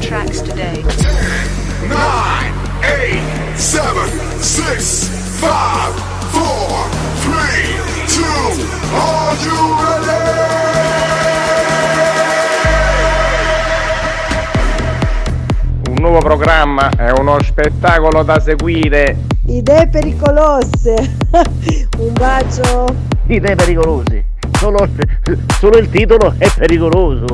tracks today. 9, 8, 7, 6, 5, 4, 3, 2, are you ready? Un nuovo programma è uno spettacolo da seguire. Idee pericolose. Un bacio. Idee pericolose. Solo il titolo è pericoloso.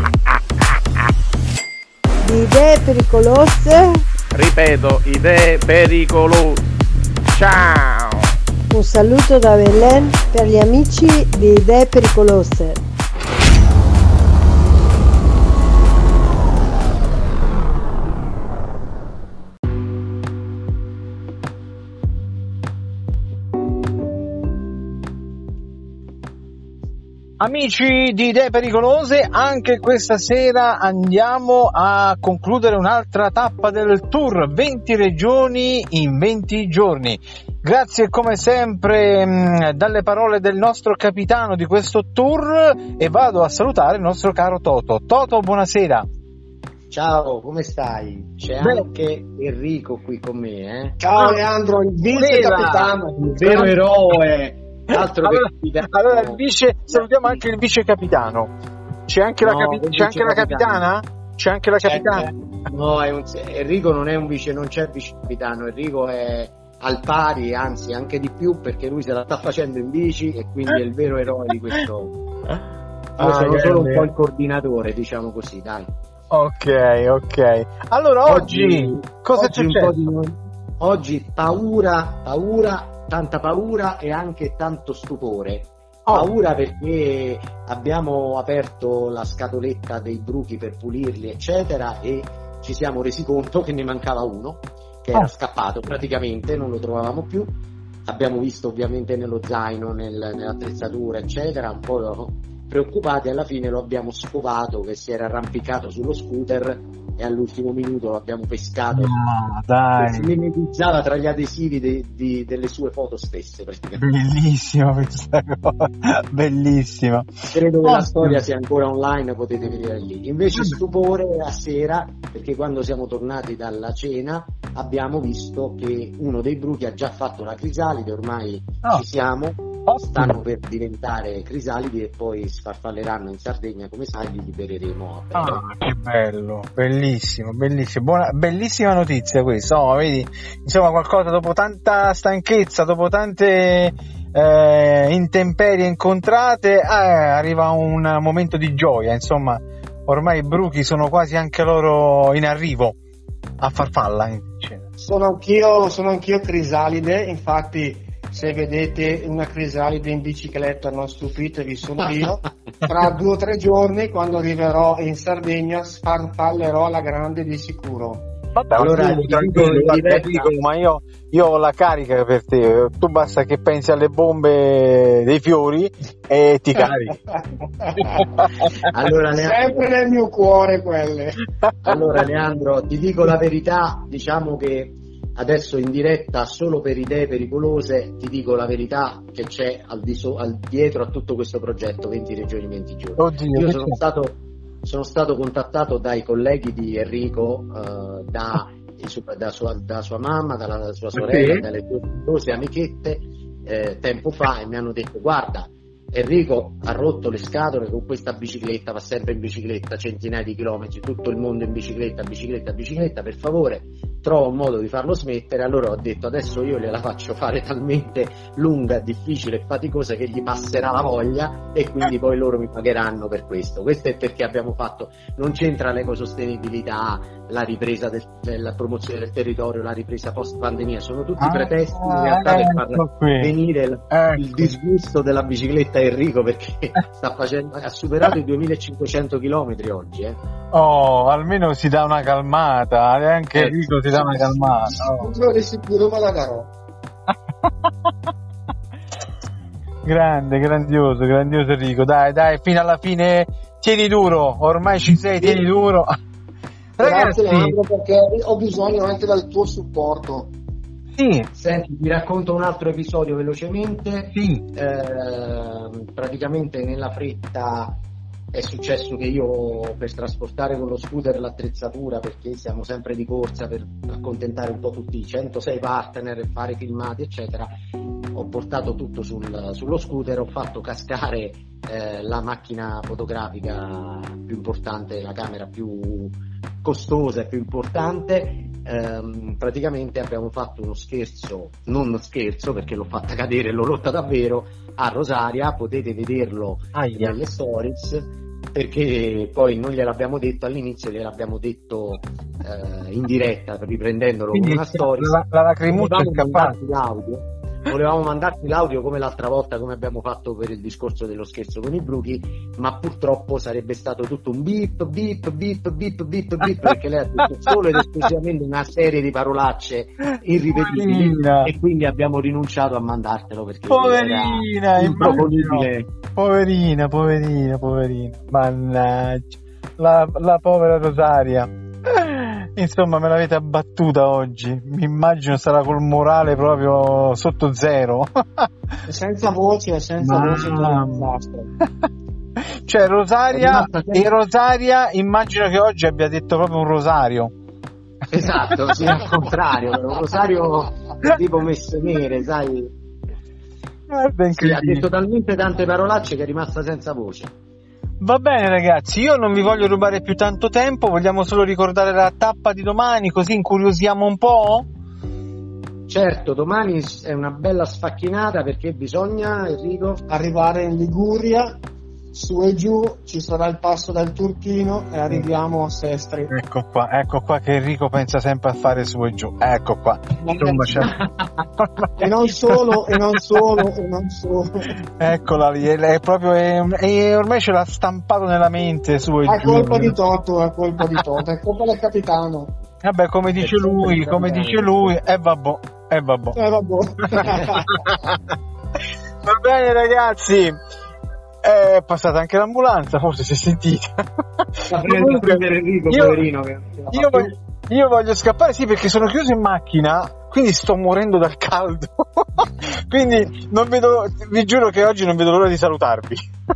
Di idee pericolose. Ripeto, idee pericolose. Ciao. Un saluto da Belen per gli amici di Idee Pericolose. Amici di Idee Pericolose, anche questa sera andiamo a concludere un'altra tappa del tour, 20 regioni in 20 giorni. Grazie come sempre dalle parole del nostro capitano di questo tour e vado a salutare il nostro caro Toto. Toto, buonasera. Ciao, come stai? C'è anche Enrico qui con me, eh? Ciao Leandro, il vice capitano, il vero eroe. Allora il vice, salutiamo anche il vice capitano. C'è anche la capitana? C'è anche la capitana? No, Enrico non è un vice, non c'è il vice capitano. Enrico è al pari, anzi anche di più, perché lui se la sta facendo in bici e quindi è il vero eroe di questo. Io sono solo un po' il coordinatore, diciamo così, dai. Ok. Allora oggi cosa c'è? Oggi paura, tanta paura e anche tanto stupore. Paura perché abbiamo aperto la scatoletta dei bruchi per pulirli, eccetera, e ci siamo resi conto che ne mancava uno, che era scappato praticamente, non lo trovavamo più. Abbiamo visto ovviamente nello zaino, nell'attrezzatura, eccetera, un po' preoccupati. Alla fine lo abbiamo scovato che si era arrampicato sullo scooter e all'ultimo minuto lo abbiamo pescato. Dai. Si mimetizzava tra gli adesivi delle sue foto stesse praticamente. Bellissima questa cosa, bellissima. Credo che la storia sia ancora online, potete vedere lì. Invece stupore a sera, perché quando siamo tornati dalla cena abbiamo visto che uno dei bruchi ha già fatto la crisalide, ormai ci siamo. Stanno per diventare crisalidi e poi sfarfalleranno in Sardegna, come sai, li libereremo a breve. Che bello, bellissimo, bellissima notizia questa. Vedi, insomma, qualcosa dopo tanta stanchezza, dopo tante intemperie incontrate, arriva un momento di gioia. Insomma, ormai i bruchi sono quasi anche loro in arrivo a farfalla. Sono anch'io crisalide, infatti. Se vedete una crisalide in bicicletta non stupitevi, sono io. Tra 2 o 3 giorni, quando arriverò in Sardegna, sfarfallerò alla grande di sicuro. Vabbè, allora tranquillo, ma io ho la carica per te. Tu basta che pensi alle bombe dei fiori e ti carichi. Allora, sempre nel mio cuore quelle. Allora Leandro, ti dico la verità, diciamo che adesso in diretta solo per Idee Pericolose ti dico la verità che c'è al dietro a tutto questo progetto 20 regioni 20 giorni. Oddio, io sono stato contattato dai colleghi di Enrico, da sua mamma, dalla sua sorella, dalle due amichette tempo fa, e mi hanno detto: guarda, Enrico ha rotto le scatole con questa bicicletta, va sempre in bicicletta, centinaia di chilometri, tutto il mondo in bicicletta, per favore trova un modo di farlo smettere. Allora ho detto: adesso io gliela faccio fare talmente lunga, difficile e faticosa che gli passerà la voglia, e quindi poi loro mi pagheranno per questo. Questo è perché abbiamo fatto, non c'entra l'ecosostenibilità, la ripresa della promozione del territorio, la ripresa post pandemia, sono tutti pretesti in realtà per far venire il disgusto della bicicletta Enrico, perché ha superato i 2500 chilometri oggi. Almeno si dà una calmata, anche Enrico si dà una calmata. Io di sicuro me la darò. Grande, grandioso Enrico, dai, fino alla fine tieni duro, ormai ci sei, tieni duro. Ragazzi, Leandro, perché ho bisogno anche del tuo supporto. Sì. Senti, vi racconto un altro episodio velocemente. Sì. Praticamente nella fretta è successo che io, per trasportare con lo scooter l'attrezzatura, perché siamo sempre di corsa per accontentare un po' tutti i 106 partner, fare filmati eccetera, ho portato tutto sullo scooter, ho fatto cascare la macchina fotografica più importante, la camera più costosa e più importante. Praticamente abbiamo fatto uno scherzo, non uno scherzo perché l'ho fatta cadere e l'ho rotta davvero, a Rosaria, potete vederlo nelle stories, perché poi non gliel'abbiamo detto all'inizio, gliel'abbiamo detto in diretta, riprendendolo con una storia. La lacrimuccia è scappata. Volevamo mandarti l'audio come l'altra volta, come abbiamo fatto per il discorso dello scherzo con i bruchi, ma purtroppo sarebbe stato tutto un beep beep beep beep beep beep, perché lei ha detto solo ed esclusivamente una serie di parolacce irripetibili, e quindi abbiamo rinunciato a mandartelo perché poverina, era improponibile. Poverina, mannaggia, la povera Rosaria. Insomma, me l'avete abbattuta oggi. Mi immagino sarà col morale proprio sotto zero. Senza voce. Cioè Rosaria, e Rosaria immagino che oggi abbia detto proprio un rosario. Esatto, sì, al contrario, un rosario tipo messe nere, sai. Sì, ha detto talmente tante parolacce che è rimasta senza voce. Va bene ragazzi, io non vi voglio rubare più tanto tempo, vogliamo solo ricordare la tappa di domani, così incuriosiamo un po'? Certo, domani è una bella sfacchinata, perché bisogna, Enrico, arrivare in Liguria, su e giù, ci sarà il passo del Turchino e arriviamo a Sestri. Ecco qua che Enrico pensa sempre a fare su e giù, ecco qua. Insomma, e non solo. Eccola lì, è proprio, ormai ce l'ha stampato nella mente su e giù. È colpa di Toto, è colpa del capitano. Vabbè, come dice lui, vabbè. Va bene ragazzi. È passata anche l'ambulanza, forse si è sentita. Io voglio scappare, sì, perché sono chiuso in macchina, quindi sto morendo dal caldo. Quindi vi giuro che oggi non vedo l'ora di salutarvi.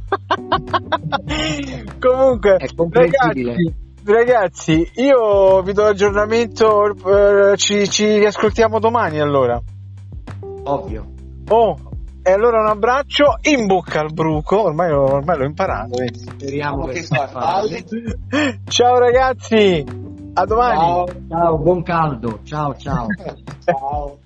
Comunque, ragazzi, io vi do l'aggiornamento, ci ascoltiamo domani allora. Ovvio. E allora un abbraccio, in bocca al bruco, ormai l'ho imparato. Speriamo che sia facile. Ciao ragazzi, a domani. Ciao, buon caldo. Ciao. Ciao.